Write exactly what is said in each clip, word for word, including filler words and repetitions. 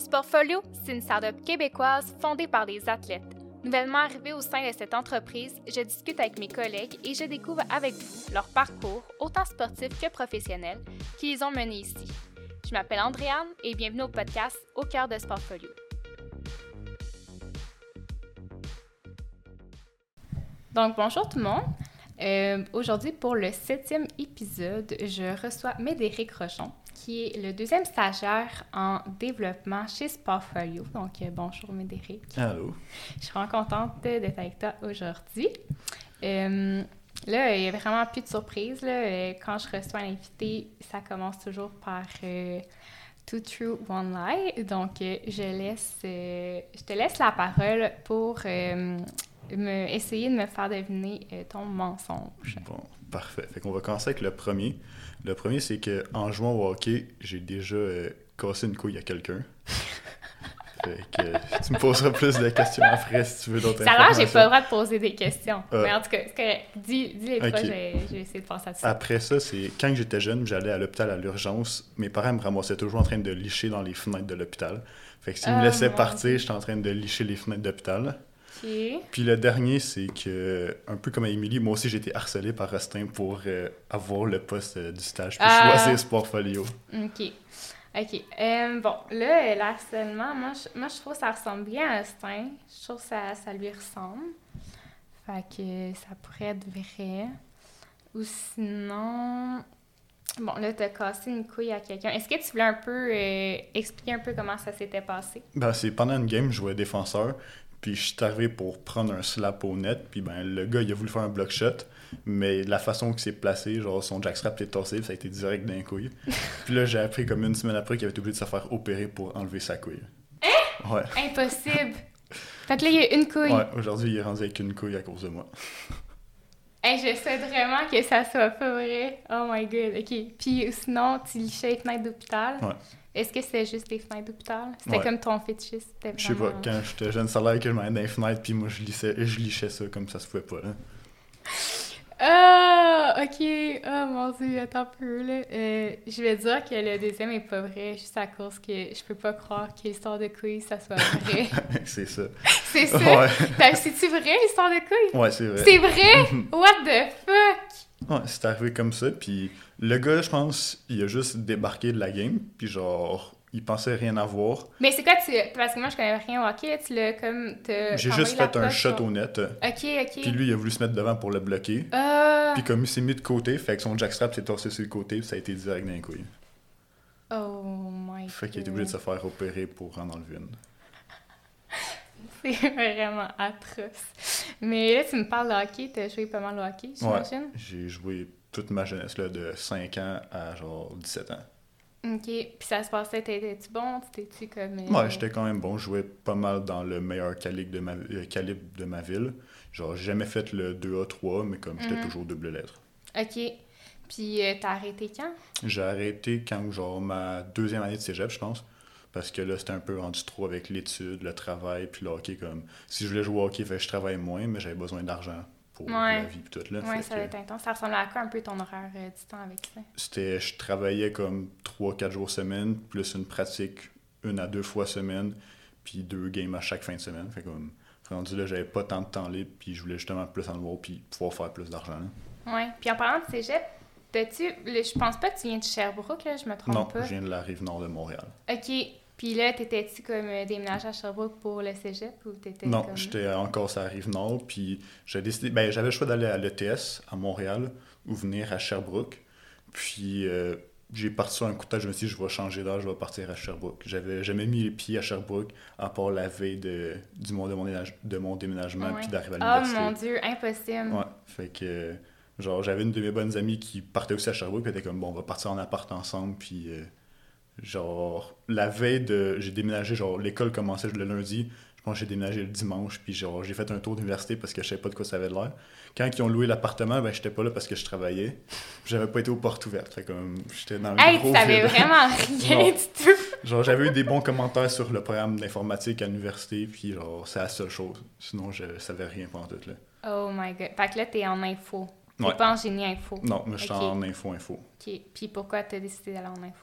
Sportfolio, c'est une start-up québécoise fondée par des athlètes. Nouvellement arrivée au sein de cette entreprise, je discute avec mes collègues et je découvre avec vous leur parcours, autant sportif que professionnel, qui les ont menés ici. Je m'appelle Andréane et bienvenue au podcast Au cœur de Sportfolio. Donc, bonjour tout le monde. Euh, aujourd'hui, pour le septième épisode, je reçois Médéric Rochon, qui est le deuxième stagiaire en développement chez Sportfolio. Donc, euh, bonjour Médéric. Allô. Je suis vraiment contente d'être avec toi aujourd'hui. Euh, là, il n'y a vraiment plus de surprise. Là. Quand je reçois un invité, ça commence toujours par euh, Two True, One Lie. Donc, euh, je, laisse, euh, je te laisse la parole pour euh, me, essayer de me faire deviner euh, ton mensonge. Bon, parfait. Fait qu'on va commencer avec le premier. Le premier, c'est qu'en jouant au hockey, j'ai déjà euh, cassé une couille à quelqu'un. Fait que euh, tu me poseras plus de questions après si tu veux d'autres ça informations. Ça a l'air j'ai pas le droit de poser des questions. Euh, Mais en tout cas, c'est correct. Dis, dis les trois, okay. je, vais, je vais essayer de penser à ça. Après ça, c'est quand j'étais jeune, j'allais à l'hôpital à l'urgence. Mes parents me ramassaient toujours en train de licher dans les fenêtres de l'hôpital. Fait que s'ils oh, me laissaient partir, Dieu. J'étais en train de licher les fenêtres d'hôpital. Okay. Puis le dernier, c'est que, un peu comme à Émilie, moi aussi j'ai été harcelé par Rustin pour euh, avoir le poste euh, du stage, puis ah. choisir Sportfolio. OK. OK. Euh, bon, là, l'harcèlement, moi je, moi, je trouve que ça ressemble bien à Rustin. Je trouve que ça, ça lui ressemble. Fait que ça pourrait être vrai. Ou sinon... Bon, là, t'as cassé une couille à quelqu'un. Est-ce que tu voulais un peu euh, expliquer un peu comment ça s'était passé? Ben, c'est pendant une game, je jouais défenseur. Puis je suis arrivé pour prendre un slap au net, puis ben le gars, il a voulu faire un block shot, mais la façon qu'il s'est placé, genre son jackstrap était torsé, puis ça a été direct d'un couille. Puis là, j'ai appris comme une semaine après qu'il avait été obligé de se faire opérer pour enlever sa couille. Hein? Ouais. Impossible! Fait que là, il y a une couille. Ouais, aujourd'hui, il est rendu avec une couille à cause de moi. Hey, je souhaite vraiment que ça soit pas vrai. Oh my god, ok. Puis sinon, tu lichais les fenêtres d'hôpital. Ouais. Est-ce que c'était juste des fenêtres d'hôpital? C'était ouais. comme ton fétichiste? Vraiment... Je sais pas, quand j'étais jeune, ça a l'air que je m'allais dans les fenêtres, puis moi, je lichais, je lichais ça comme ça se pouvait pas, là. Ah, oh, ok. Oh mon Dieu, attends un peu, là. Euh, je vais dire que le deuxième est pas vrai, juste à cause que je peux pas croire que l'histoire de couilles, ça soit vrai. C'est ça. C'est ça? Ouais. C'est-tu vrai, l'histoire de couilles? Ouais, c'est vrai. C'est vrai? What the fuck? Ouais, c'est arrivé comme ça, puis le gars, je pense, il a juste débarqué de la game, puis genre, il pensait rien avoir. Mais c'est quoi, tu... parce que moi, je connais rien au hockey, tu l'as comme... J'ai juste fait un shot au net. OK, OK. Puis lui, il a voulu se mettre devant pour le bloquer. Euh... Puis comme il s'est mis de côté, fait que son jackstrap s'est torsé sur le côté, puis ça a été direct dans les couilles. Oh my God. Fait qu'il a été obligé de se faire opérer pour en enlever une. C'est vraiment atroce. Mais là, tu me parles de hockey, t'as joué pas mal au hockey, j'imagine? Ouais, j'ai joué toute ma jeunesse, là, de cinq ans à genre dix-sept ans. OK. Puis ça se passait, t'étais-tu bon? T'étais-tu comme... Euh... Ouais, j'étais quand même bon. Je jouais pas mal dans le meilleur calibre de ma, euh, calibre de ma ville. Genre, j'ai jamais fait le deux A trois, mais comme j'étais mm-hmm. toujours double lettre. OK. Puis euh, t'as arrêté quand? J'ai arrêté quand, genre, ma deuxième année de cégep, je pense. Parce que là, c'était un peu rendu trop avec l'étude, le travail, puis le hockey. Comme, si je voulais jouer au hockey, fait, je travaillais moins, mais j'avais besoin d'argent pour ouais. la vie et tout. Là. Ouais, ça va être intense. Ça ressemble à quoi un peu ton horaire euh, du temps avec ça? C'était, je travaillais comme trois quatre jours semaine, plus une pratique une à deux fois semaine, puis deux games à chaque fin de semaine. Fait comme, rendu là, j'avais pas tant de temps libre, puis je voulais justement plus en avoir, puis pouvoir faire plus d'argent. Là. Ouais. Puis en parlant de cégep, t'as-tu... Je pense pas que tu viens de Sherbrooke, là, je me trompe non, pas. Non, je viens de la Rive-Nord de Montréal. OK. Puis là, t'étais-tu comme euh, déménagé à Sherbrooke pour le cégep ou t'étais Non, comme... j'étais encore sur la Rive-Nord, puis j'ai décidé... Ben, j'avais le choix d'aller à l'E T S à Montréal ou venir à Sherbrooke. Puis euh, j'ai parti sur un coup de tête, je me suis dit, je vais changer d'âge, je vais partir à Sherbrooke. J'avais jamais mis les pieds à Sherbrooke, à part la veille de, du mon, de, mon déménage, de mon déménagement, ouais. puis d'arriver à l'université. Oh mon Dieu, impossible! Ouais, fait que... Genre, j'avais une de mes bonnes amies qui partait aussi à Sherbrooke, puis elle était comme, bon, on va partir en appart ensemble, puis... Euh, genre, la veille de... J'ai déménagé, genre, l'école commençait le lundi. Je pense que j'ai déménagé le dimanche, puis genre, j'ai fait un tour d'université parce que je savais pas de quoi ça avait l'air. Quand ils ont loué l'appartement, ben, j'étais pas là parce que je travaillais. J'avais pas été aux portes ouvertes. Fait comme, j'étais dans le hey, gros tu savais vide. vraiment rien du tout! Genre, j'avais eu des bons commentaires sur le programme d'informatique à l'université, puis genre, c'est la seule chose. Sinon, je savais rien pendant tout, là. Oh my God. Fait que là, t'es en info. T'es ouais. pas en génie info. Non, mais je suis okay. en info-info. OK. Puis pourquoi t'as décidé d'aller en info?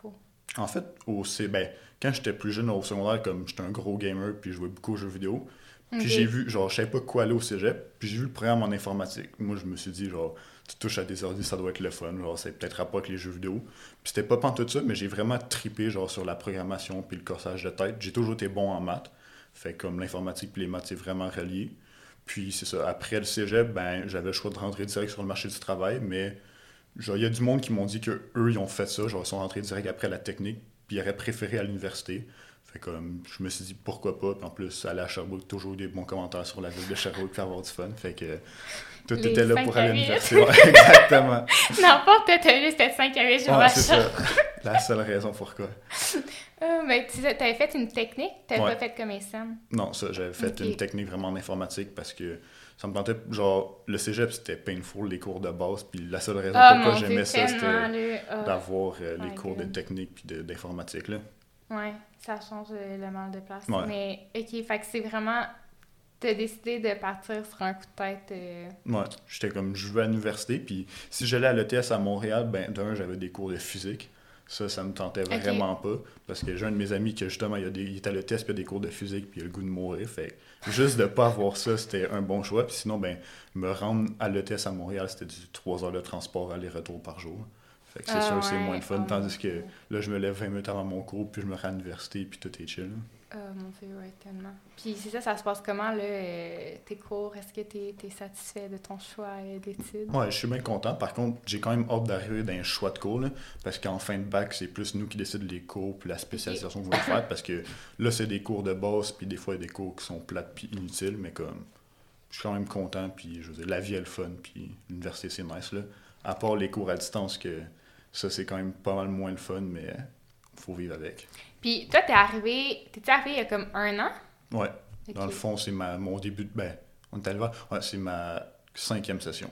En fait, au C... ben, quand j'étais plus jeune au secondaire, comme j'étais un gros gamer, puis je jouais beaucoup aux jeux vidéo, puis Ok. j'ai vu, genre, je savais pas quoi aller au cégep, puis j'ai vu le programme en informatique. Moi, je me suis dit, genre, tu touches à des ordi, ça doit être le fun, genre, c'est peut-être rapport avec les jeux vidéo. Puis c'était pas tant tout ça, mais j'ai vraiment trippé, genre, sur la programmation, puis le corsage de tête. J'ai toujours été bon en maths, fait comme l'informatique puis les maths, c'est vraiment relié. Puis c'est ça, après le cégep, ben, j'avais le choix de rentrer direct sur le marché du travail, mais genre, il y a du monde qui m'ont dit que eux ils ont fait ça, genre, ils sont rentrés direct après la technique, puis ils auraient préféré à l'université. Fait comme, je me suis dit pourquoi pas, puis en plus, aller à Sherbrooke, toujours eu des bons commentaires sur la ville de Sherbrooke, puis avoir du fun. Fait que tout Les était là cinq pour à aller à huit. l'université. Ouais, exactement. N'importe, t'as juste fait cinq à huit jours Ouais, à c'est ça. Sherbrooke. La seule raison pourquoi. Euh, mais tu avais fait une technique, t'avais Ouais. pas fait comme S M. Non, ça, j'avais fait Ok. une technique vraiment en informatique parce que ça me tentait, genre, le cégep c'était painful, les cours de base, puis la seule raison Ah, pourquoi mon j'aimais Dieu, ça, tellement, c'était là. Ah. d'avoir euh, les My cours de God. technique puis de- d'informatique, là. Ouais, ça change euh, le mal de place. Ouais. Mais, ok, fait que c'est vraiment. T'as décidé de partir sur un coup de tête. euh, Ouais, j'étais comme, je vais à l'université, puis si j'allais à l'E T S à Montréal, ben d'un, j'avais des cours de physique. Ça, ça me tentait vraiment pas, parce que j'ai un de mes amis qui, justement, il, a des, il était à l'E T S, puis il a des cours de physique, puis il a le goût de mourir. Fait que juste de pas avoir ça, c'était un bon choix. Puis sinon, ben, me rendre à l'E T S à Montréal, c'était du trois heures de transport aller-retour par jour. Fait que c'est Ah sûr, c'est ouais, moins de fun, oh tandis mon que Dieu. là, je me lève vingt minutes avant mon cours, puis je me rends à l'université, puis tout est chill. Oh mon Dieu, ouais, tellement. Puis c'est ça, ça se passe comment, là, euh, tes cours? Est-ce que t'es es satisfait de ton choix euh, d'études? Ouais, je suis bien content. Par contre, j'ai quand même hâte d'arriver dans un choix de cours, là, parce qu'en fin de bac, c'est plus nous qui décident les cours puis la spécialisation qu'on va faire, parce que là, c'est des cours de base, puis des fois, il y a des cours qui sont plates puis inutiles, mais comme, je suis quand même content, puis je veux dire, la vie est le fun, puis l'université, c'est nice, là. À part les cours à distance, que ça, c'est quand même pas mal moins le fun, mais faut vivre avec. Puis toi, t'es arrivé, t'es-tu arrivé il y a comme un an? Ouais, Ok. dans le fond, c'est ma, mon début de... Ben, on est allé voir... Ouais, c'est ma cinquième session.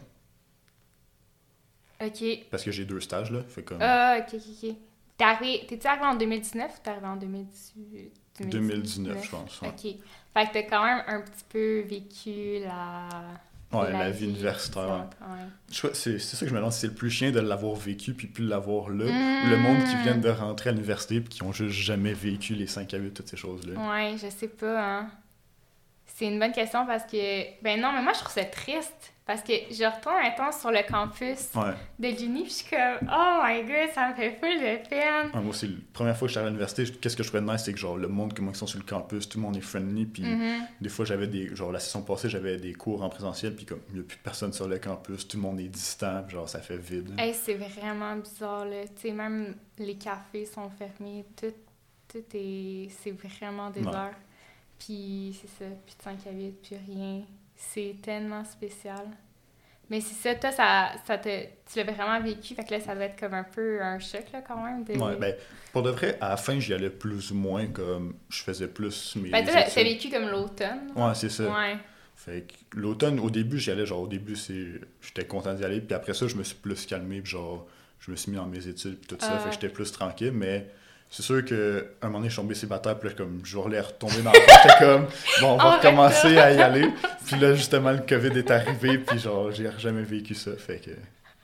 Ok. Parce que j'ai deux stages, là, fait comme... Ah, ok, ok, ok. T'es arrivé, t'es-tu arrivé en deux mille dix-neuf ou t'es arrivé en deux mille dix-huit? deux mille dix-neuf, je pense. Ouais, Ok. Fait que t'as quand même un petit peu vécu la... ouais la, vie universitaire. Ouais. Ouais. Je crois- C'est c'est ça que je me demande, si c'est le plus chiant de l'avoir vécu puis plus l'avoir là. Mm. Le monde qui vient de rentrer à l'université puis qui ont juste jamais vécu les cinq à huit, toutes ces choses-là. Ouais, je sais pas, hein. C'est une bonne question parce que... Ben non, mais moi, je trouve ça triste. Parce que je retourne un temps sur le campus Ouais. de l'Uni, puis je suis comme, oh my god, ça me fait full de peine. Ouais, moi aussi, la première fois que j'étais à l'université, je- qu'est-ce que je trouvais de nice, c'est que genre le monde, comment ils sont sur le campus, tout le monde est friendly, puis Mhm. des fois j'avais des, genre la session passée, j'avais des cours en présentiel, puis comme il n'y a plus personne sur le campus, tout le monde est distant, puis genre ça fait vide. Hey, c'est vraiment bizarre, là. Tu sais, même les cafés sont fermés, tout, tout est... C'est vraiment désert. Puis c'est ça, plus de cinq à huit, plus rien. C'est tellement spécial. Mais c'est ça, toi, ça, ça te, tu l'as vraiment vécu, fait que là, ça doit être comme un peu un choc, là, quand même. De... Ouais, ben, pour de vrai, à la fin, j'y allais plus ou moins, comme, je faisais plus mes Ben, toi, t'as études. vécu comme l'automne. Ouais, c'est ça. Ouais. Fait que l'automne, au début, j'y allais, genre, au début, c'est... j'étais content d'y aller, puis après ça, je me suis plus calmé, puis genre, je me suis mis dans mes études, puis tout ça, Ah. fait que j'étais plus tranquille, mais c'est sûr qu'à un moment donné, je suis tombé célibataire, puis là, comme, je voulais retomber dans le temps, j'étais comme, bon, on va On recommencer à y aller, puis là, justement, le COVID est arrivé, puis genre, j'ai jamais vécu ça, fait que...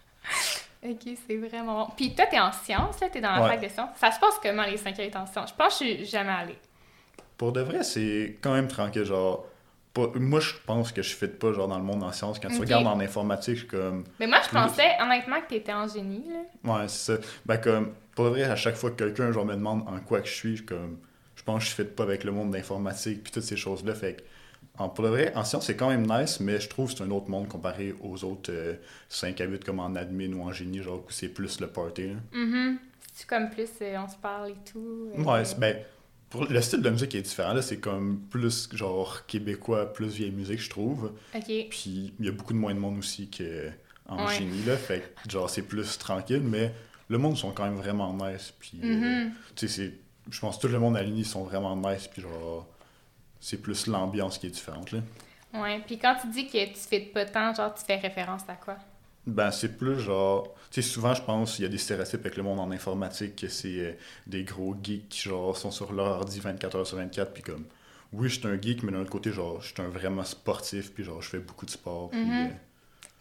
Ok, c'est vraiment bon. Puis toi, t'es en sciences, là, t'es dans la Ouais. fac de sciences. Ça se passe comment, les cinq à huit en sciences? Je pense que je suis jamais allée. Pour de vrai, c'est quand même tranquille, genre... Pas- moi, je pense que je fit pas, genre, dans le monde en sciences. Quand tu Ok. regardes en informatique, je suis comme... Mais moi, je Plus- pensais, honnêtement, que t'étais en génie, là. Ouais, c'est ça. Ben, comme, pour de vrai, à chaque fois que quelqu'un, genre, me demande en quoi que je suis, je suis comme... Je pense que je fit pas avec le monde d'informatique, puis toutes ces choses-là, fait que... En, pour de vrai, en sciences, c'est quand même nice, mais je trouve que c'est un autre monde comparé aux autres euh, cinq à huit comme en admin ou en génie, genre, où c'est plus le party, là. Mhm. C'est comme plus, euh, on se parle et tout. euh, Ouais, c'est- ben... Pour le style de musique est différent, là, c'est comme plus, genre, québécois, plus vieille musique, je trouve. Ok. Puis il y a beaucoup de moins de monde aussi qu'en Ouais. génie, là. Fait que, genre, c'est plus tranquille, mais le monde sont quand même vraiment nice. Puis, euh, Mhm. tu sais, c'est... Je pense que tout le monde à l'Uni sont vraiment nice, puis genre... C'est plus l'ambiance qui est différente, là. Ouais. Puis quand tu dis que tu fais pas tant, genre, tu fais référence à quoi? Ben, c'est plus genre... Tu sais, souvent, je pense, il y a des stéréotypes avec le monde en informatique, que c'est euh, des gros geeks qui, genre, sont sur leur ordi vingt-quatre heures sur vingt-quatre, puis comme... Oui, je suis un geek, mais d'un autre côté, genre, je suis un vraiment sportif, puis genre, je fais beaucoup de sport, puis... Mhm. euh,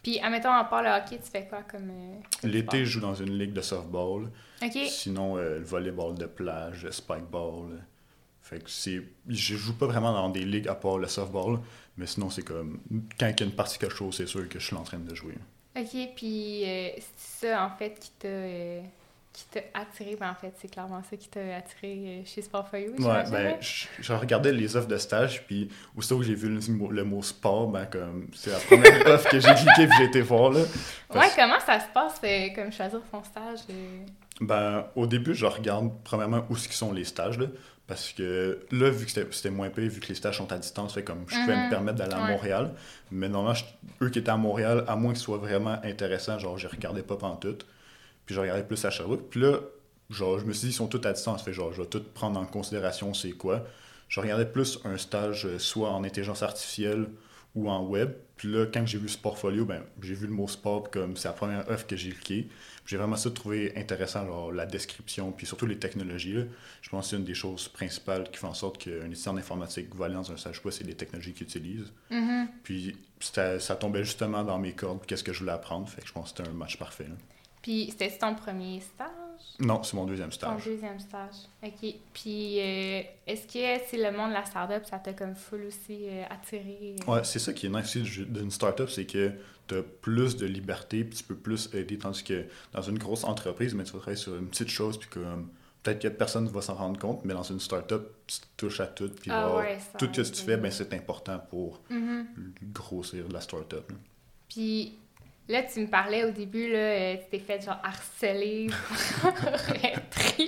Puis, admettons, à part le hockey, tu fais quoi comme. Euh, comme L'été, sport? je joue dans une ligue de softball. OK. Sinon, euh, le volleyball de plage, le spikeball. euh. Fait que c'est. Je joue pas vraiment dans des ligues à part le softball, mais sinon, c'est comme. Quand il y a une partie quelque chose, c'est sûr que je suis en train de jouer. OK, puis euh, c'est ça, en fait, qui t'a euh, qui t'a attiré. Ben, en fait, c'est clairement ça qui t'a attiré euh, chez Sport for You, Ouais, j'imagine, ben, ouais? je, je regardais les offres de stage, puis aussitôt que j'ai vu le, mot- le mot sport, ben, comme. C'est la première offre que j'ai cliqué, puis j'ai été voir, là. Ouais, Parce- comment ça se passe, euh, comme choisir son stage? euh? Ben, au début, je regarde premièrement où ce qui sont les stages, là, parce que là, vu que c'était c'était moins payé, vu que les stages sont à distance, fait comme je pouvais me Mhm. permettre d'aller à Ouais. Montréal, mais normalement, je- eux qui étaient à Montréal, à moins qu'ils soient vraiment intéressants, genre, je regardais pas pantoute, puis je regardais plus à Sherbrooke, puis là, genre, je me suis dit, ils sont tous à distance, fait genre, je vais tout prendre en considération, c'est quoi. Je regardais plus un stage, euh, soit en intelligence artificielle ou en web, puis là, quand j'ai vu Sportfolio, ben, j'ai vu le mot sport, puis comme c'est la première offre que j'ai cliqué. J'ai vraiment ça trouvé intéressant, genre la description, puis surtout les technologies. Là. Je pense que c'est une des choses principales qui fait en sorte qu'un étudiant en informatique va aller dans un stage quoi, c'est les technologies qu'il utilise. Mhm. Puis c'était- ça tombait justement dans mes cordes, qu'est-ce que je voulais apprendre. Fait que je pense que c'était un match parfait. Là. Puis, c'était ton premier stage? Non, c'est mon deuxième Ton stage. deuxième stage. OK. Puis, euh, est-ce que c'est le monde de la startup, ça t'a comme full aussi euh, attiré? euh? Ouais, c'est ça qui est nice aussi du- d'une startup, c'est que tu as plus de liberté, puis tu peux plus aider, tandis que dans une grosse entreprise, mais tu vas travailler sur une petite chose, puis comme peut-être que personne ne va s'en rendre compte, mais dans une startup, tu touches à tout, puis Ah genre, ouais, ça tout ce que aide, tu fais, euh. ben, c'est important pour Mhm. grossir la startup. Là. Puis, là, tu me parlais au début, là, euh, tu t'es fait genre harceler pour être pris.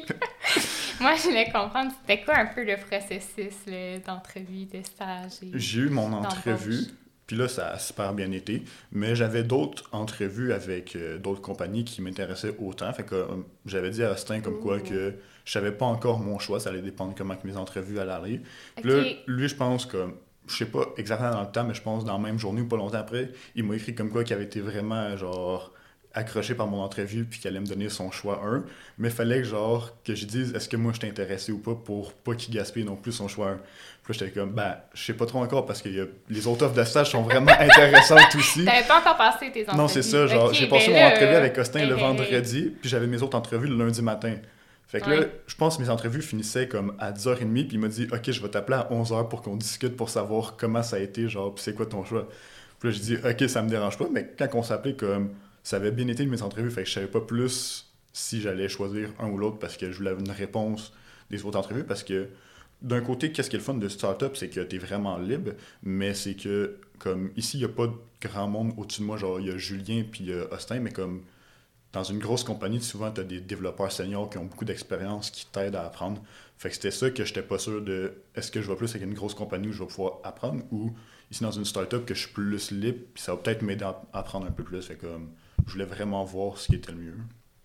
Moi, je voulais comprendre, c'était quoi un peu le processus là, d'entrevue, de stage? Et... J'ai eu mon d'embauche? entrevue, puis là, ça a super bien été, mais j'avais d'autres entrevues avec euh, d'autres compagnies qui m'intéressaient autant, fait que euh, j'avais dit à Austin comme quoi Ouh. que je savais pas encore mon choix, ça allait dépendre comment que mes entrevues allaient aller. Puis là, OK. lui, je pense que, je sais pas exactement dans le temps, mais je pense dans la même journée ou pas longtemps après, il m'a écrit comme quoi qu'il avait été vraiment, genre, accroché par mon entrevue puis qu'il allait me donner son choix un. Mais il fallait que, genre, que je dise est-ce que moi je suis intéressé ou pas pour pas qu'il gaspille non plus son choix un. Puis là, j'étais comme, ben, je sais pas trop encore parce que y a- les autres offres de stage sont vraiment intéressantes aussi. T'avais pas encore passé tes entrevues? Non, c'est ça, genre, OK, j'ai ben passé mon là, entrevue euh, avec Austin hey, le hey, hey. vendredi, puis j'avais mes autres entrevues le lundi matin. Fait que là, Ouais. je pense que mes entrevues finissaient comme à dix heures trente, puis il m'a dit « Ok, je vais t'appeler à onze heures pour qu'on discute pour savoir comment ça a été, genre, puis c'est quoi ton choix. » Puis là, j'ai dit « Ok, ça me dérange pas », mais quand on s'appelait, comme, ça avait bien été de mes entrevues, fait que je savais pas plus si j'allais choisir un ou l'autre parce que je voulais une réponse des autres entrevues, parce que d'un côté, qu'est-ce qui est le fun de startup, c'est que t'es vraiment libre, mais c'est que, comme, ici, il y a pas de grand monde au-dessus de moi, genre, il y a Julien puis il y a Austin, mais comme, dans une grosse compagnie, souvent, tu as des développeurs seniors qui ont beaucoup d'expérience, qui t'aident à apprendre. Fait que c'était ça que j'étais pas sûr de est-ce que je vais plus avec une grosse compagnie où je vais pouvoir apprendre ou ici dans une startup que je suis plus libre, puis ça va peut-être m'aider à apprendre un peu plus. Fait que comme, je voulais vraiment voir ce qui était le mieux.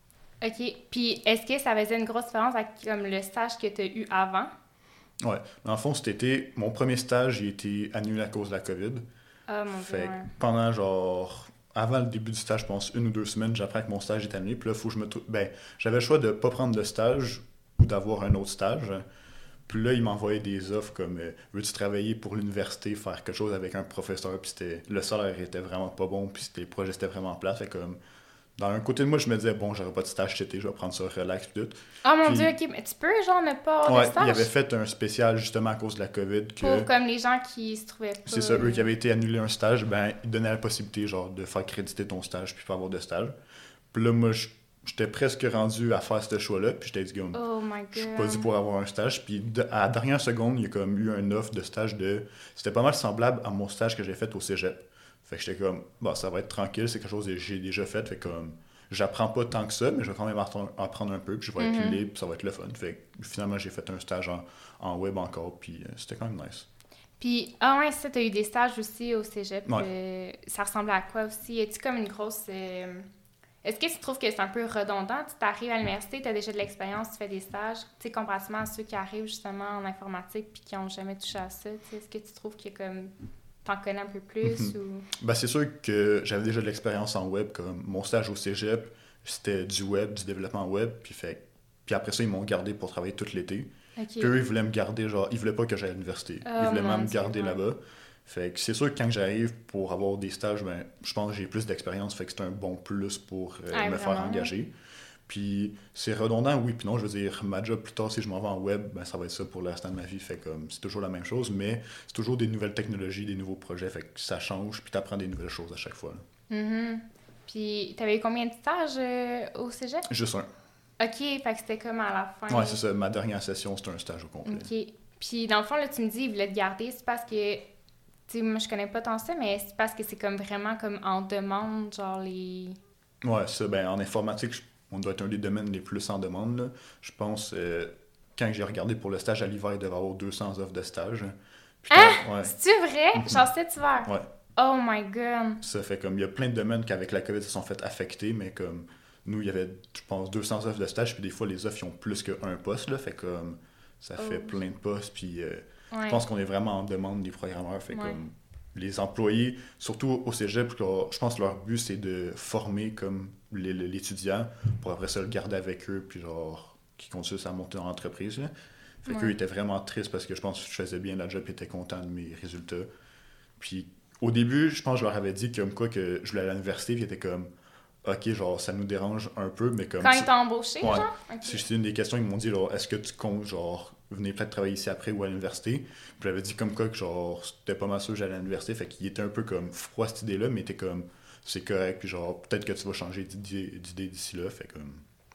OK. Puis, est-ce que ça faisait une grosse différence avec comme, le stage que tu as eu avant? Ouais. Dans le fond, cet été, mon premier stage, il a été annulé à cause de la COVID. Ah, mon Dieu, Fait que ouais. pendant genre avant le début du stage, je pense une ou deux semaines, j'apprends que mon stage est annulé. Puis là, faut que je me trou- ben, j'avais le choix de pas prendre de stage ou d'avoir un autre stage. Puis là, il m'envoyait des offres comme euh, veux-tu travailler pour l'université, faire quelque chose avec un professeur. Puis c'était le salaire était vraiment pas bon, puis c'était, le projet c'était vraiment plat. Fait comme dans un côté de moi, je me disais bon, j'aurais pas de stage cet été, je vais prendre ça relax puis tout. Oh mon Puis- Dieu, OK. Mais tu peux, genre, ne pas avoir Ouais, de stage? il avait fait un spécial justement à cause de la COVID que Pour comme les gens qui se trouvaient pas... c'est ça, eux qui avaient été annulés un stage, ben, ils donnaient la possibilité, genre, de faire créditer ton stage puis pas avoir de stage. Puis là, moi, je- j'étais presque rendu à faire ce choix-là, puis j'étais dit, comme, Oh my God. je suis pas dû pour avoir un stage. Puis de- à la dernière seconde, il y a comme eu un offre de stage de... C'était pas mal semblable à mon stage que j'ai fait au cégep. Fait que j'étais comme, bah, ça va être tranquille, c'est quelque chose que j'ai déjà fait, fait comme... J'apprends pas tant que ça, mais je vais quand même appre- apprendre un peu, puis je vais être Mhm. libre, puis ça va être le fun. Fait que finalement, j'ai fait un stage en, en web encore, puis euh, c'était quand même nice. Puis, ah ouais, ça, t'as eu des stages aussi au cégep. Ouais. euh, ça ressemblait à quoi aussi? Y a-tu comme une grosse... euh, Est-ce que tu trouves que c'est un peu redondant? Tu t'arrives à l'université, t'as déjà de l'expérience, tu fais des stages, tu sais, comparativement à ceux qui arrivent justement en informatique puis qui ont jamais touché à ça, tu sais, est-ce que tu trouves que comme... T'en connais un peu plus ou... Ben, c'est sûr que j'avais déjà de l'expérience en web, comme mon stage au cégep, c'était du web, du développement web, puis fait puis après ça, ils m'ont gardé pour travailler tout l'été. OK. Puis eux, ils voulaient me garder, genre, ils voulaient pas que j'aille à l'université. Oh, ils voulaient mon même me Dieu, garder ouais. là-bas. Fait que c'est sûr que quand j'arrive pour avoir des stages, ben, je pense que j'ai plus d'expérience, fait que c'est un bon plus pour euh, Ah, me faire vraiment? engager. Puis c'est redondant, oui, puis non, je veux dire, ma job plus tard, si je m'en vais en web, ben, ça va être ça pour le restant de ma vie, fait comme c'est toujours la même chose, mais c'est toujours des nouvelles technologies, des nouveaux projets, fait que ça change, puis t'apprends des nouvelles choses à chaque fois. Là. Mhm. Puis, t'avais eu combien de stages euh, au cégep? Juste un. OK, fait que c'était comme à la fin. Ouais, c'est ça, ma dernière session, c'était un stage au complet. OK. Puis, dans le fond, là, tu me dis, ils voulaient te garder, c'est parce que, tu sais, moi, je connais pas tant ça, mais c'est parce que c'est comme vraiment comme en demande, genre les... Ouais, ça, ben en informatique, je- on doit être un des domaines les plus en demande, là. Je pense, euh, quand j'ai regardé pour le stage à l'hiver, il devait y avoir deux cents offres de stage. Puis Ah! quand- ouais. C'est-tu vrai? Mhm. Genre cet hiver? Ouais. Oh my God! Ça fait comme, il y a plein de domaines qu'avec la COVID, se sont fait affecter, mais comme, nous, il y avait, je pense, deux cents offres de stage, puis des fois, les offres, ils ont plus qu'un poste, là, fait comme, ça fait Oh. plein de postes, puis euh, Ouais. je pense qu'on est vraiment en demande des programmeurs, fait Ouais. comme, les employés, surtout au cégep, genre, je pense que leur but, c'est de former, comme, les- les- l'étudiant, pour après ça, le garder avec eux, puis genre, qu'ils continuent à monter dans l'entreprise, là. Fait Ouais. qu'eux étaient vraiment tristes parce que je pense que je faisais bien la job, ils étaient contents de mes résultats. Puis au début, je pense que je leur avais dit comme quoi que je voulais aller à l'université, puis ils étaient comme OK, genre ça nous dérange un peu, mais comme Quand si- ils t'ont embauché, Ouais. genre? OK. si c'était une des questions, ils m'ont dit genre est-ce que tu comptes genre venir peut-être travailler ici après ou à l'université? Puis j'avais dit comme quoi que genre c'était pas mal sûr que j'allais à l'université, fait qu'il était un peu comme froid cette idée-là, mais il était comme c'est correct, puis genre peut-être que tu vas changer d'idée d'idée d'ici là, fait comme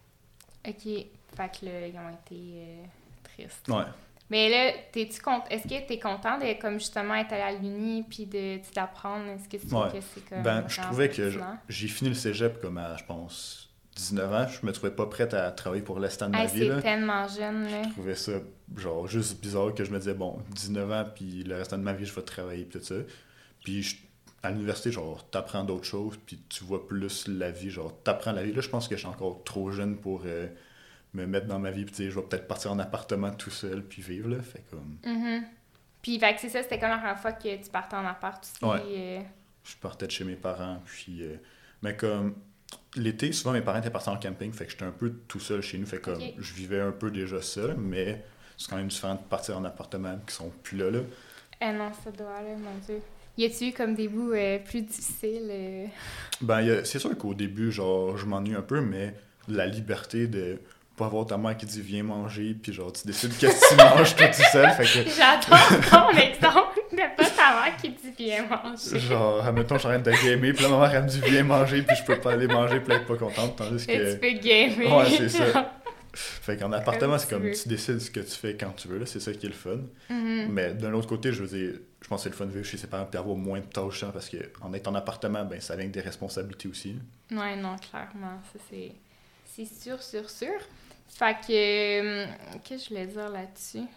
OK. Fait que là, ils ont été euh, tristes. ouais. Mais là, t'es-tu cont... est-ce que t'es content de comme justement être allé à l'uni puis de tu d'apprendre? Est-ce que tu trouves Ouais. que c'est comme Ben, je vraiment trouvais que je- pertinent? j'ai fini le cégep comme à, je pense, dix-neuf ans. Je me trouvais pas prête à travailler pour le restant de ma Hey, vie, c'est là. tellement jeune, là. Je trouvais ça, genre, juste bizarre que je me disais, bon, dix-neuf ans, puis le restant de ma vie, je vais travailler, puis tout ça. Puis je- à l'université, genre, t'apprends d'autres choses, puis tu vois plus la vie, genre, t'apprends la vie. Là, je pense que je suis encore trop jeune pour euh, me mettre dans ma vie, puis tu sais, je vais peut-être partir en appartement tout seul, puis vivre, là. Fait comme, Mhm. Puis, fait que c'est ça, c'était comme la première fois que tu partais en appart aussi. Ouais. euh, je partais de chez mes parents, puis... euh, mais comme, l'été, souvent, mes parents étaient partis en camping, fait que j'étais un peu tout seul chez nous, fait comme, Ok. je vivais un peu déjà seul, mais c'est quand même différent de partir en appartement, qui sont plus là, là. Eh non, ça doit aller, mon Dieu. Y a-tu eu comme des bouts euh, plus difficiles? euh? Ben, il y a- c'est sûr qu'au début, genre, je m'ennuie un peu, mais la liberté de pas avoir ta mère qui dit viens manger, puis genre, tu décides qu'est-ce que tu manges toi tout seul, fait que, J'adore ton exemple de pas ta mère qui dit viens manger. genre, admettons, je suis en train de gamer, puis là, ma mère, elle me dit viens manger, puis je peux pas aller manger, puis elle est pas contente, tandis Et que. tu peux gamer. Ouais, c'est ça. Fait qu'en appartement, Comme c'est tu comme veux. tu décides ce que tu fais quand tu veux, là, c'est ça qui est le fun. Mhm. Mais d'un autre côté, je veux dire, je pense que c'est le fun de vivre chez ses parents puis avoir moins de tâches, hein, parce qu'en étant en appartement, ben ça vient avec des responsabilités aussi. Ouais, non, clairement. Ça, c'est, c'est sûr, sûr, sûr. Fait que. euh, Qu'est-ce que je voulais dire là-dessus?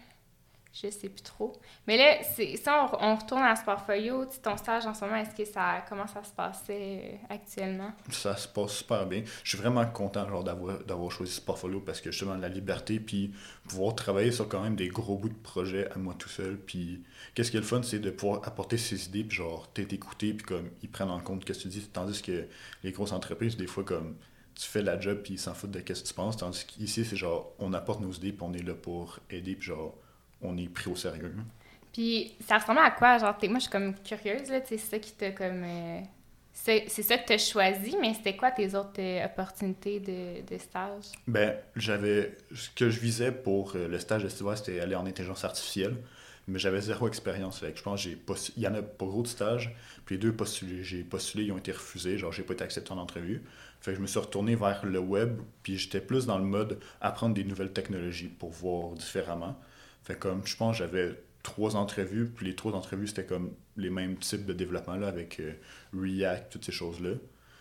Je sais plus trop. Mais là, c'est, ça, on, on retourne à Sportfolio. Tu sais, ton stage en ce moment, est-ce que ça. Comment ça se passait euh, actuellement? Ça se passe super bien. Je suis vraiment content genre, d'avoir, d'avoir choisi ce portfolio parce que justement, la liberté, puis pouvoir travailler sur quand même des gros bouts de projet à moi tout seul. Puis qu'est-ce qui est le fun, c'est de pouvoir apporter ses idées, puis genre, t'être écouté, puis comme, ils prennent en compte ce que tu dis. Tandis que les grosses entreprises, des fois, comme, tu fais la job, puis ils s'en foutent de ce que tu penses. Tandis qu'ici, c'est genre, on apporte nos idées, puis on est là pour aider, puis genre, on est pris au sérieux. Puis ça ressemble à quoi? Genre, t'es- moi, je suis comme curieuse, là. Tu sais, c'est ça qui t'a comme. euh, C'est, c'est ça que t'as choisi, mais c'était quoi tes autres euh, opportunités de, de stage? Ben, j'avais. Ce que je visais pour euh, le stage estival, c'était aller en intelligence artificielle. Mais j'avais zéro expérience. Fait que je pense que j'ai postu- il y en a pas gros de stages. Puis les deux postulés, j'ai postulé, ils ont été refusés. Genre, j'ai pas été accepté en entrevue. Fait que je me suis retourné vers le web. Puis j'étais plus dans le mode apprendre des nouvelles technologies pour voir différemment. Fait que comme, je pense que j'avais trois entrevues. Puis les trois entrevues, c'était comme les mêmes types de développement là, avec euh, React, toutes ces choses-là.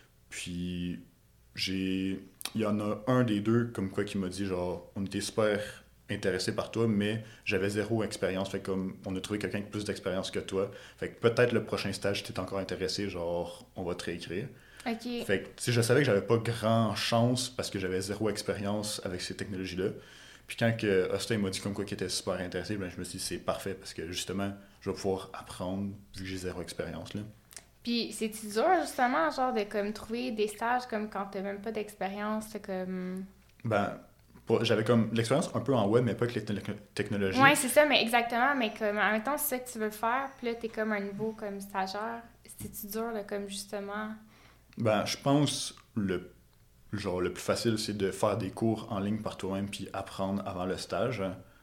Puis j'ai il y en a un des deux comme quoi qui m'a dit genre on était super intéressé par toi mais j'avais zéro expérience fait comme on a trouvé quelqu'un avec plus d'expérience que toi fait que peut-être le prochain stage si t'es encore intéressé genre on va te réécrire OK. fait que tu sais je savais que j'avais pas grand chance parce que j'avais zéro expérience avec ces technologies là puis quand que Austin m'a dit comme quoi qu'il était super intéressé ben je me suis dit c'est parfait parce que justement je vais pouvoir apprendre vu que j'ai zéro expérience là. Puis c'est-tu dur, justement, genre, de comme trouver des stages comme quand t'as même pas d'expérience, c'est comme... Ben, Pour- J'avais comme l'expérience un peu en web, mais pas avec les te- technologies. Ouais, c'est ça, mais exactement. Mais comme, en même temps, c'est ça que tu veux faire, puis là, t'es comme un niveau comme stagiaire. C'est-tu dur, là, comme justement... Ben, je pense le genre le plus facile, c'est de faire des cours en ligne par toi-même puis apprendre avant le stage.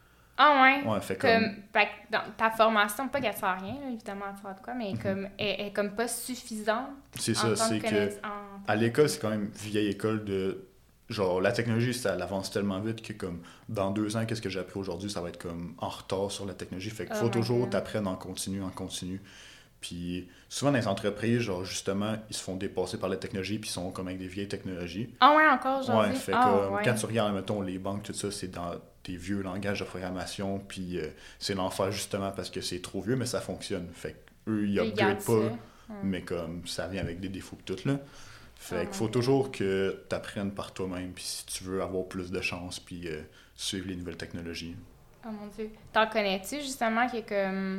Ah ouais? Ouais, fait Comme, comme... fait que dans ta formation, pas qu'elle sert à rien, là, évidemment, elle sert de quoi, mais Mhm. comme, elle, elle est comme pas suffisante C'est en ça, tant c'est que que connaisse- en- à l'école, c'est quand même vieille école de... Genre, la technologie, ça avance tellement vite que comme dans deux ans, qu'est-ce que j'ai appris aujourd'hui, ça va être comme en retard sur la technologie. Fait qu'il Oh faut my toujours God. t'apprendre en continu, en continu. Puis souvent dans les entreprises, genre justement, ils se font dépasser par la technologie puis ils sont comme avec des vieilles technologies. Ah ouais, encore aujourd'hui? Ouais, fait Ah que ouais. quand tu regardes, mettons, les banques, tout ça, c'est dans des vieux langages de programmation, puis euh, c'est l'enfer justement parce que c'est trop vieux, mais ça fonctionne. Fait qu'eux, ils Ils gardent upgradent ça. pas, Hmm. mais comme ça vient avec des défauts que tout, là. Fait Oh qu'il my faut God. toujours que tu apprennes par toi-même, puis si tu veux avoir plus de chance, puis euh, suivre les nouvelles technologies. Oh mon Dieu. T'en connais-tu justement qui est comme...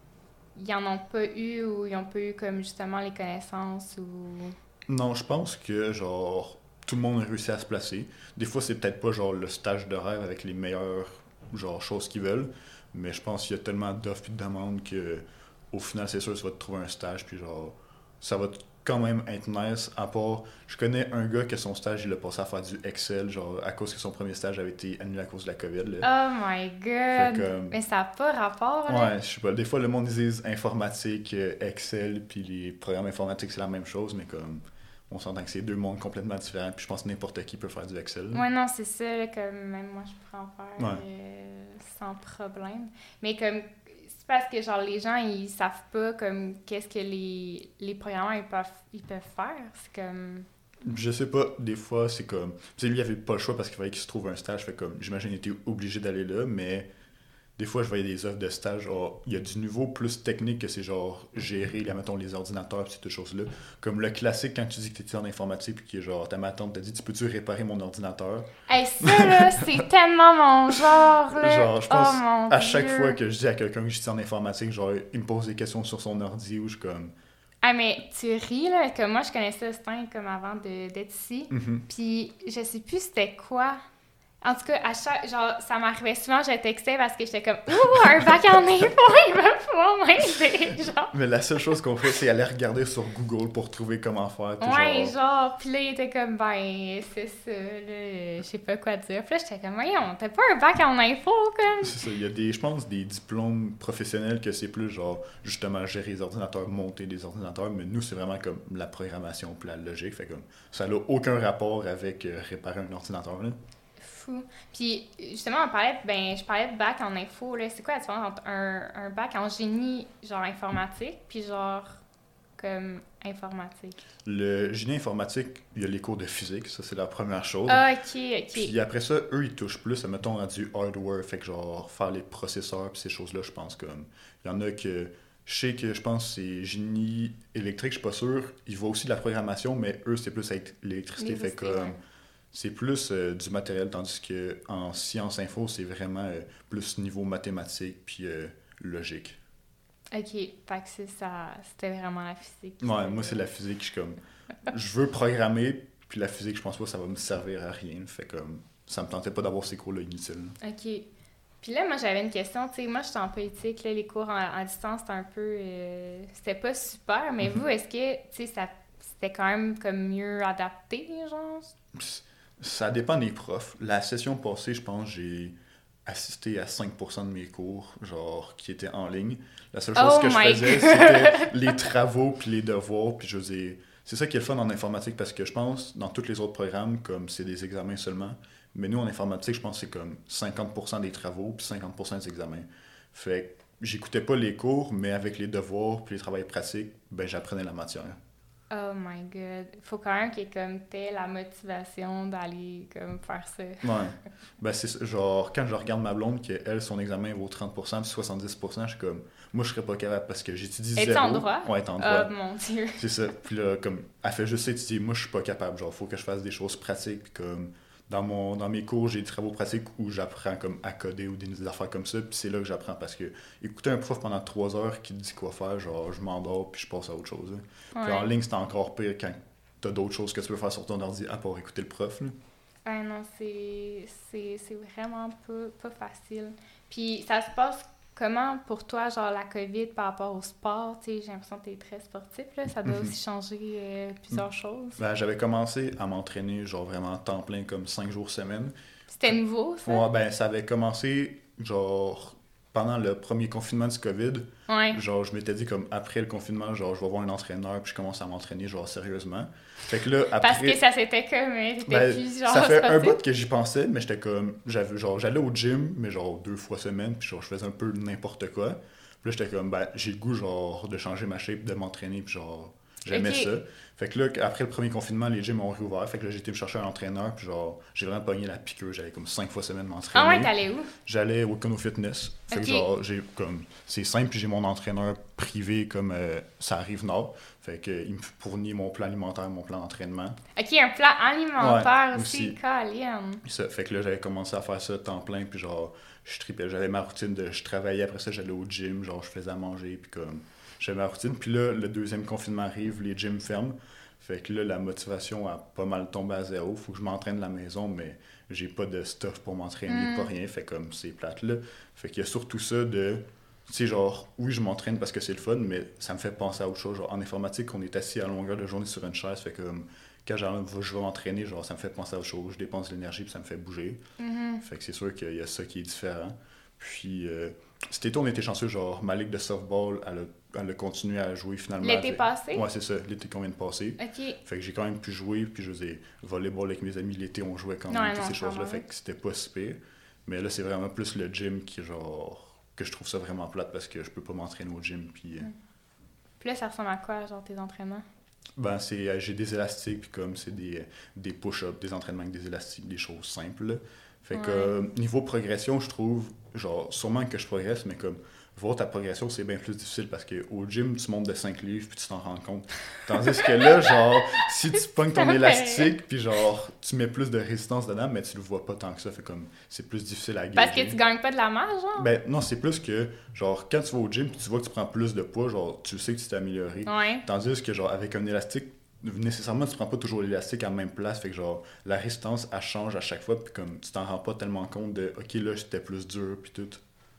Ils en ont pas eu ou ils ont pas eu comme justement les connaissances ou... Non, je pense que, genre, tout le monde a réussi à se placer. Des fois, c'est peut-être pas, genre, le stage de rêve avec les meilleures, genre, choses qu'ils veulent, mais je pense qu'il y a tellement d'offres et de demandes que, au final, c'est sûr, tu vas te trouver un stage, puis genre, ça va t- quand même être nice, à part, je connais un gars que son stage, il a passé à faire du Excel, genre, à cause que son premier stage avait été annulé à cause de la COVID, là. Oh my Fait God! comme- Mais ça n'a pas rapport, là. Ouais, je sais pas, des fois, le monde, ils disent informatique, euh, Excel, puis les programmes informatiques, c'est la même chose, mais comme, on s'entend que c'est deux mondes complètement différents, puis je pense que n'importe qui peut faire du Excel. Ouais, non, c'est ça, là, comme même moi, je pourrais en faire Ouais. euh, sans problème. Mais comme, c'est parce que, genre, les gens, ils savent pas, comme, qu'est-ce que les, les programmeurs, ils peuvent, ils peuvent faire. C'est comme... Je sais pas, des fois, c'est comme... Tu sais, lui, il avait pas le choix parce qu'il fallait qu'il se trouve un stage, fait comme, j'imagine, il était obligé d'aller là, mais des fois, je voyais des offres de stage, genre, il y a du niveau plus technique que c'est genre gérer, là, mettons, les ordinateurs pis ces choses-là. Comme le classique quand tu dis que t'étais en informatique puis que genre, ta ma tante t'a dit, tu peux-tu réparer mon ordinateur? Hey, ça, là, c'est tellement mon genre, là! Genre, je pense, oh, mon à chaque Dieu. fois que je dis à quelqu'un que je suis en informatique, genre, il me pose des questions sur son ordi ou je suis comme... Ah, mais tu ris, là, que moi, je connaissais Stein comme avant de- d'être ici. Mhm. Puis, je sais plus c'était quoi. En tout cas, à chaque, genre, ça m'arrivait souvent, je textais parce que j'étais comme « Ouh, un bac en info, il va pouvoir m'aider! » Genre. Mais la seule chose qu'on fait, c'est aller regarder sur Google pour trouver comment faire. puis Ouais, genre... genre, pis là, il était comme « Ben, c'est ça, là, je sais pas quoi dire. » Puis là, j'étais comme « Voyons, t'as pas un bac en info, comme? » C'est ça, il y a des, je pense, des diplômes professionnels que c'est plus genre, justement, gérer les ordinateurs, monter des ordinateurs, mais nous, c'est vraiment comme la programmation puis la logique, fait comme, ça n'a aucun rapport avec euh, réparer un ordinateur, là. Fou. Puis, justement, on parlait, ben, je parlais de bac en info, là. C'est quoi la différence entre un, un bac en génie, genre informatique, puis genre, comme informatique? Le génie informatique, il y a les cours de physique, ça, c'est la première chose. Ah, ok, ok. Puis après ça, eux, ils touchent plus, mettons, à du hardware, fait que genre, faire les processeurs puis ces choses-là, je pense, comme, il y en a que, je sais que, je pense, c'est génie électrique, je suis pas sûr, ils voient aussi de la programmation, mais eux, c'est plus avec l'électricité, fait L'électricité, comme... ouais. C'est plus euh, du matériel, tandis que en sciences info, c'est vraiment euh, plus niveau mathématique puis euh, logique. Ok, fait que c'est ça, c'était vraiment la physique. Ouais, moi, c'est la physique, je suis comme... Je veux programmer, puis la physique, je pense pas que ça va me servir à rien. Fait comme... Ça me tentait pas d'avoir ces cours-là inutiles. Ok. Puis là, moi, j'avais une question. Tu sais, moi, j'étais en politique. Là, les cours en, en distance, c'était un peu... euh, c'était pas super. Mais vous, est-ce que, tu sais, ça, c'était quand même comme mieux adapté, genre? Ça dépend des profs. La session passée, je pense, j'ai assisté à cinq pour cent de mes cours, genre, qui étaient en ligne. La seule chose Oh que je my faisais, c'était les travaux puis les devoirs. Puis je veux dire, c'est ça qui est le fun en informatique parce que je pense, dans tous les autres programmes, comme c'est des examens seulement, mais nous, en informatique, je pense que c'est comme cinquante pour cent des travaux puis cinquante pour cent des examens. Fait que j'écoutais pas les cours, mais avec les devoirs puis les travaux pratiques, ben j'apprenais la matière. Oh my God. Faut quand même qu'il y ait comme t'aies la motivation d'aller comme faire ça. Ouais. Ben, c'est ça, genre, quand je regarde ma blonde, que elle, son examen vaut trente pour cent puis soixante-dix pour cent, je suis comme, moi, je serais pas capable parce que j'étudie zéro. Es-tu en droit? Ouais, t'es en droit. Oh mon Dieu. C'est ça. Puis là, comme, elle fait juste étudier. Moi, je suis pas capable. Genre, faut que je fasse des choses pratiques. Puis comme, dans, mon, dans mes cours, j'ai des travaux pratiques où j'apprends comme à coder ou des, des affaires comme ça. Puis c'est là que j'apprends parce que écouter un prof pendant trois heures qui te dit quoi faire, genre, je m'endors puis je passe à autre chose. Là. Puis Ouais. en ligne, c'est encore pire quand t'as d'autres choses que tu peux faire sur ton ordi à part écouter le prof. Là. Ah non, c'est, c'est, c'est vraiment pas, pas facile. Puis ça se passe comment pour toi, genre la COVID par rapport au sport? Tu sais, j'ai l'impression que tu es très sportif, là. Ça doit Mhm. aussi changer euh, plusieurs choses. Ben, j'avais commencé à m'entraîner, genre vraiment à temps plein, comme cinq jours semaine. C'était nouveau, ça? Ouais, ben, ça avait commencé, genre, pendant le premier confinement du COVID. Ouais. Genre, je m'étais dit, comme, après le confinement, genre, je vais voir un entraîneur, puis je commence à m'entraîner, genre, sérieusement. Fait que là, après... Parce que ça s'était comme... euh, T'étais Ben, plus, genre, ça fait un sportif. bout que j'y pensais, mais j'étais comme, j'avais, genre, j'allais au gym, mais genre, deux fois semaine, puis genre, je faisais un peu n'importe quoi. Puis là, j'étais comme, ben, j'ai le goût, genre, de changer ma shape, de m'entraîner, puis genre, j'aimais Ok. ça. Fait que là, après le premier confinement, les gyms ont réouvert. Fait que là, j'ai été me chercher un entraîneur. Puis genre, j'ai vraiment pogné la piqûre. J'allais comme cinq fois semaine Ah ouais, m'entraîner. t'allais où? J'allais au Kono Fitness. Fait Ok. que genre, j'ai comme. C'est simple. Puis j'ai mon entraîneur privé comme euh, ça arrive nord. Fait que il me fournit mon plan alimentaire, mon plan d'entraînement. Ok, un plat alimentaire Ouais, aussi, aussi. Colin. Puis ça, fait que là, j'avais commencé à faire ça à temps plein. Puis genre, je tripais. J'avais ma routine de. Je travaillais. Après ça, j'allais au gym. Genre, je faisais à manger. Puis comme. J'avais ma routine. Puis là, le deuxième confinement arrive. Les gyms ferment. Fait que là, la motivation a pas mal tombé à zéro. Faut que je m'entraîne de la maison, mais j'ai pas de stuff pour m'entraîner, Mm. pas rien. Fait comme c'est plate là. Fait qu'il y a surtout ça de. Tu sais, genre, oui, je m'entraîne parce que c'est le fun, mais ça me fait penser à autre chose. Genre, en informatique, on est assis à longueur de journée sur une chaise. Fait que comme, quand j'arrive, je vais m'entraîner, genre, ça me fait penser à autre chose. Je dépense de l'énergie, puis ça me fait bouger. Mhm. Fait que c'est sûr qu'il y a ça qui est différent. Puis, euh, cet été, on était chanceux, genre, ma ligue de softball, elle a, elle a continué à jouer finalement. L'été avec- passé? Ouais, c'est ça, l'été qu'on vient de passer. Ok. Fait que j'ai quand même pu jouer, puis je faisais volleyball avec mes amis l'été, on jouait quand même, Ouais, toutes non, ces je choses-là, comprends, fait ouais. que c'était pas si pire. Mais là, c'est vraiment plus le gym qui, genre, que je trouve ça vraiment plate parce que je peux pas m'entraîner au gym, puis... euh, Puis là, ça ressemble à quoi, genre, tes entraînements? Ben, c'est, euh, j'ai des élastiques, puis comme c'est des, des push-ups, des entraînements avec des élastiques, des choses simples. là. Fait que, Ouais. euh, niveau progression, je trouve, genre, sûrement que je progresse, mais comme, voir ta progression, c'est bien plus difficile parce qu'au gym, tu montes de cinq livres, puis tu t'en rends compte. Tandis que là, genre, si tu pognes ton Ça fait élastique, puis genre, tu mets plus de résistance dedans, mais tu le vois pas tant que ça, fait comme, c'est plus difficile à gager. Parce que tu gagnes pas de la marge, genre? Ben, non, c'est plus que, genre, quand tu vas au gym, puis tu vois que tu prends plus de poids, genre, tu sais que tu t'es amélioré. Ouais. Tandis que, genre, avec un élastique, nécessairement, tu prends pas toujours l'élastique à la même place. Fait que, genre, la résistance, elle change à chaque fois. Puis, comme, tu t'en rends pas tellement compte de, OK, là, c'était plus dur, puis tout.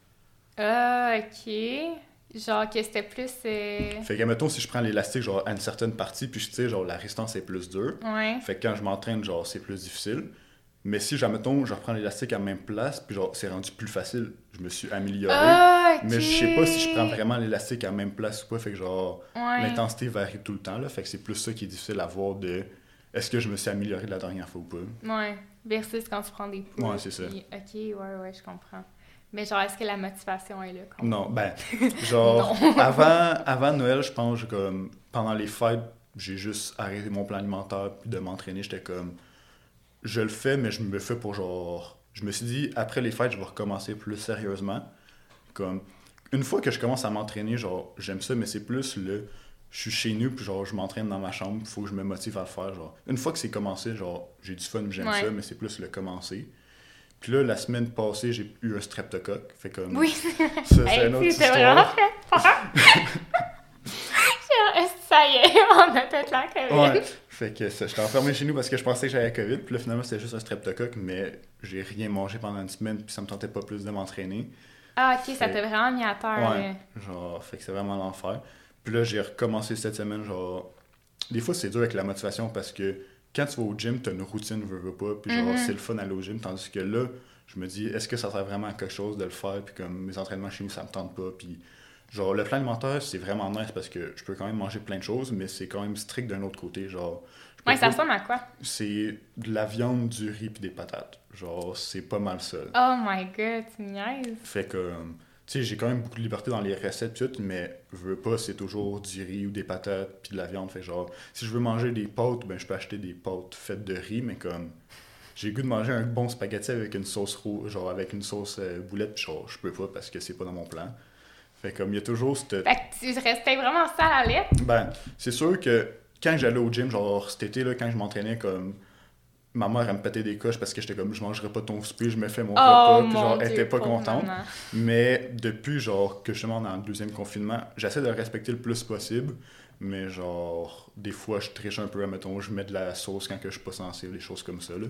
Ah, ok. Genre que c'était plus... euh, Fait que, mettons, si je prends l'élastique, genre, à une certaine partie, puis je tire, genre, la résistance est plus dure. Ouais. Fait que quand je m'entraîne, genre, c'est plus difficile. Mais si, genre, mettons, je reprends l'élastique à la même place, puis, genre, c'est rendu plus facile, je me suis amélioré. Ah, ok. Mais je sais pas si je prends vraiment l'élastique à la même place ou pas. Fait que, genre, Ouais. l'intensité varie tout le temps, là. Fait que c'est plus ça qui est difficile à voir de est-ce que je me suis amélioré de la dernière fois ou pas. Ouais. Versus quand tu prends des poids. Ouais, c'est ça. puis- Ok, ouais, ouais, je comprends. Mais genre, est-ce que la motivation est là? Quand même? Non, ben, genre, avant, avant Noël, je pense, comme, pendant les fêtes, j'ai juste arrêté mon plan alimentaire puis de m'entraîner. J'étais comme, je le fais, mais je me fais pour genre. Je me suis dit, après les fêtes, je vais recommencer plus sérieusement. Comme, une fois que je commence à m'entraîner, genre, j'aime ça, mais c'est plus le. Je suis chez nous, puis genre, je m'entraîne dans ma chambre, faut que je me motive à le faire. Genre, une fois que c'est commencé, genre, j'ai du fun, j'aime Ouais. ça, mais c'est plus le commencer. Puis là, la semaine passée, j'ai eu un streptocoque. Fait comme. Oui. Ça, c'est Hey, une autre c'était vraiment histoire. fait peur. Genre, ça y est, on a peut-être la COVID. Ouais. Fait que ça, j'étais enfermé chez nous parce que je pensais que j'avais la COVID. Puis là, finalement, c'était juste un streptocoque, mais j'ai rien mangé pendant une semaine, puis ça me tentait pas plus de m'entraîner. Ah, ok, ça Fait- t'a vraiment mis à terre. Ouais. Genre, fait que c'est vraiment l'enfer. Puis là, j'ai recommencé cette semaine, genre. Des fois, c'est dur avec la motivation parce que quand tu vas au gym, t'as une routine, veux, veux pas, puis genre, Mhm. c'est le fun d'aller au gym. Tandis que là, je me dis, est-ce que ça sert vraiment à quelque chose de le faire, puis comme mes entraînements chez nous, ça me tente pas, puis. Genre, le plan alimentaire, c'est vraiment nice parce que je peux quand même manger plein de choses, mais c'est quand même strict d'un autre côté. Genre, je peux Ouais, ça pas- ressemble à quoi? c'est de la viande, du riz puis des patates. Genre, c'est pas mal ça. là. Oh my god, tu me niaises. Fait que, euh, tu sais, j'ai quand même beaucoup de liberté dans les recettes pis tout, mais veux pas, c'est toujours du riz ou des patates puis de la viande. Fait que genre, si je veux manger des pâtes, ben je peux acheter des pâtes faites de riz, mais comme, j'ai le goût de manger un bon spaghetti avec une sauce rouge, genre avec une sauce euh, boulette, pis genre, je peux pas parce que c'est pas dans mon plan. Fait comme, il y a toujours cette... Fait que tu restais vraiment sale à la lettre. Ben, c'est sûr que quand j'allais au gym, genre cet été, là, quand je m'entraînais, comme ma mère, elle me pétait des coches parce que j'étais comme, je mangerai pas ton souper, je me fais mon Oh repas, puis mon genre, Dieu, elle était pas pauvre contente. maman. Mais depuis, genre, que justement, dans le deuxième confinement, j'essaie de le respecter le plus possible, mais genre, des fois, je triche un peu, mettons, je mets de la sauce quand que je suis pas censé, des choses comme ça, là.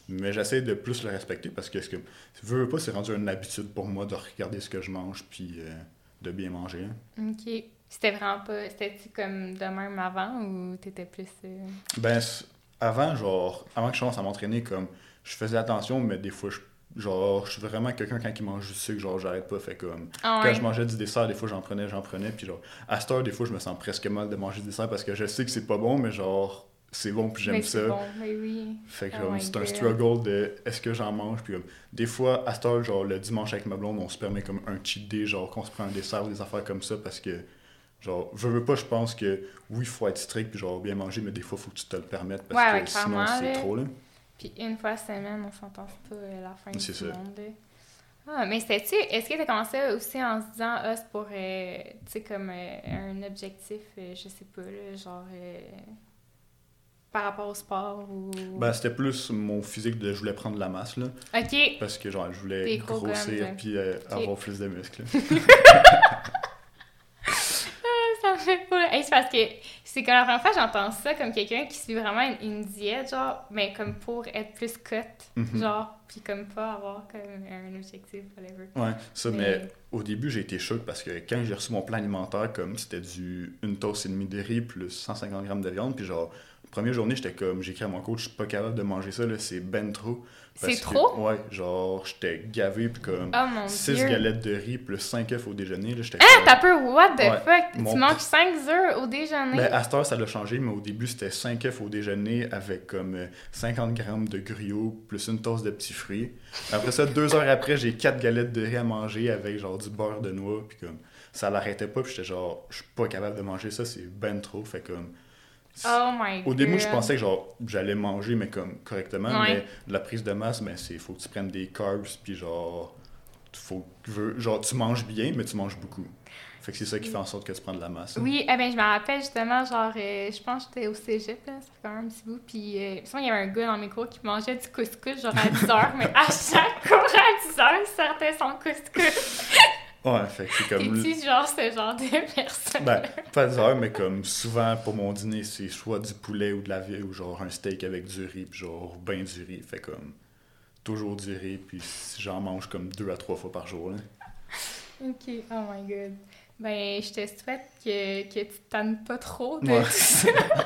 Mais j'essaie de plus le respecter parce que, ce que veux, veux pas, c'est rendu une habitude pour moi de regarder ce que je mange puis euh, de bien manger. Hein. OK. C'était vraiment pas... C'était-tu comme de même avant ou t'étais plus... Euh... Ben, avant, genre, avant que je commence à m'entraîner, comme, je faisais attention, mais des fois, je, genre, je suis vraiment quelqu'un quand il mange du sucre, genre, j'arrête pas, fait comme... Ah Quand ouais. je mangeais du dessert, des fois, j'en prenais, j'en prenais, puis genre, à cette heure, des fois, je me sens presque mal de manger du dessert parce que je sais que c'est pas bon, mais genre... c'est bon puis j'aime Mais ça. c'est bon, mais oui. Fait que Oh comme, my c'est un God. struggle de est-ce que j'en mange puis comme, des fois à cette heure genre le dimanche avec ma blonde on se permet comme un cheat day genre qu'on se prend un dessert ou des affaires comme ça parce que genre veux, veux pas je pense que oui faut être strict puis genre bien manger mais des fois faut que tu te le permettes parce Ouais, que ouais, sinon clairement, c'est là. trop là. Puis une fois semaine, on s'entend pas à la fin C'est du ça. monde. Là. Ah, mais c'était-tu... Est-ce que t'as commencé aussi en se disant, ah, c'est pour, euh, tu sais, comme euh, un objectif, euh, je sais pas, là, genre... Euh, par rapport au sport ou... Ben c'était plus mon physique de je voulais prendre de la masse là OK. parce que genre je voulais Des gros grossir guns, puis euh, Ok. avoir plus de muscles. Ça me fait pas... Hey, c'est parce que c'est comme la première fois que j'entends ça comme quelqu'un qui suit vraiment une, une diète, genre, mais comme pour être plus cut, Mhm. genre, puis comme pas avoir comme un objectif, whatever. Ouais, ça, mais, Mais- au début, j'ai été choqué parce que quand j'ai reçu mon plan alimentaire, comme c'était du une toast et demie de riz plus cent cinquante grammes de viande, puis genre, la première journée, j'étais comme, j'ai écrit à mon coach, je suis pas capable de manger ça, là, c'est ben trop. Parce C'est que- trop? Ouais, genre, j'étais gavé, puis comme, Oh mon six Dieu! galettes de riz plus cinq œufs au déjeuner, là, j'étais Ah, comme... t'as peur, what the Ouais, fuck? mon Tu manges cinq œufs au déjeuner? Ben, à cette heure, ça l'a changé, mais au début, c'était cinq œufs au déjeuner avec comme euh, cinquante grammes de gruau plus une tasse de petits fruits. Après ça, deux heures après, j'ai quatre galettes de riz à manger avec genre du beurre de noix, puis comme ça l'arrêtait pas, puis j'étais genre, je suis pas capable de manger ça, c'est ben trop, fait comme... Oh my god! Au début, je pensais que genre j'allais manger, mais comme correctement, Ouais. mais de la prise de masse, ben, c'est faut que tu prennes des carbs, puis genre, faut que, genre, tu manges bien, mais tu manges beaucoup. Fait que c'est ça qui fait en sorte que tu prends de la masse. hein. Oui, eh ben, je me rappelle justement, genre, euh, je pense que j'étais au cégep, là, ça fait quand même un petit bout, puis euh, il y avait un gars dans mes cours qui mangeait du couscous, genre à dix heures, mais à chaque cours à dix heures, il sortait son couscous. Ouais, fait que c'est comme... T'es-tu genre ce genre de personne? Ben, pas des heures, mais comme souvent pour mon dîner, c'est soit du poulet ou de la viande, ou genre un steak avec du riz, puis genre ben du riz. Fait comme toujours du riz, puis j'en mange comme deux à trois fois par jour. Là. Ok, oh my god. Ben, je te souhaite que, que tu te tannes pas trop de Ouais. tout ça.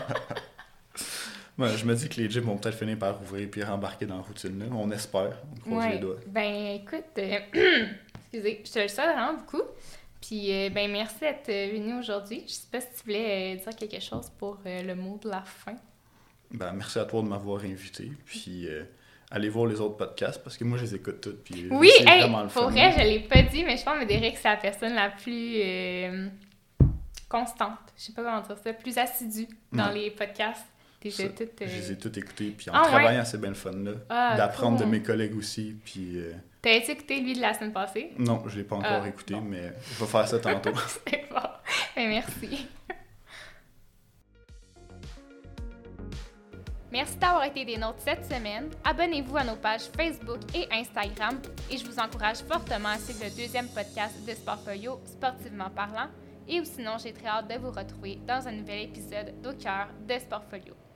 Ouais, je me dis que les gyms vont peut-être finir par ouvrir puis rembarquer dans la routine. Là. On espère, on croise les Ouais. doigts. Ben, écoute, euh, excusez, je te le souhaite vraiment beaucoup. Puis, euh, ben, merci d'être venu aujourd'hui. Je sais pas si tu voulais euh, dire quelque chose pour euh, le mot de la fin. Ben, merci à toi de m'avoir invité, puis euh, allez voir les autres podcasts, parce que moi, je les écoute tous, puis Oui, c'est hey, vraiment le pour fun. vrai, je l'ai pas dit, mais je pense que Derek, c'est la personne la plus euh, constante. Je sais pas comment dire ça, plus assidue dans Ouais. les podcasts. T'es Ça, toutes, euh, Je les ai tous écoutés, puis en Ah, ouais. travaillant, c'est bien le fun, là. Ah, D'apprendre cool. de mes collègues aussi, puis... euh, T'as-tu écouté lui de la semaine passée? Non, je l'ai pas encore Ah, écouté, bon. mais je vais faire ça tantôt. C'est bon. Ben, merci. Merci d'avoir été des nôtres cette semaine. Abonnez-vous à nos pages Facebook et Instagram et je vous encourage fortement à suivre le deuxième podcast de Sportfolio, Sportivement parlant. Et ou sinon, j'ai très hâte de vous retrouver dans un nouvel épisode d'Au cœur de Sportfolio.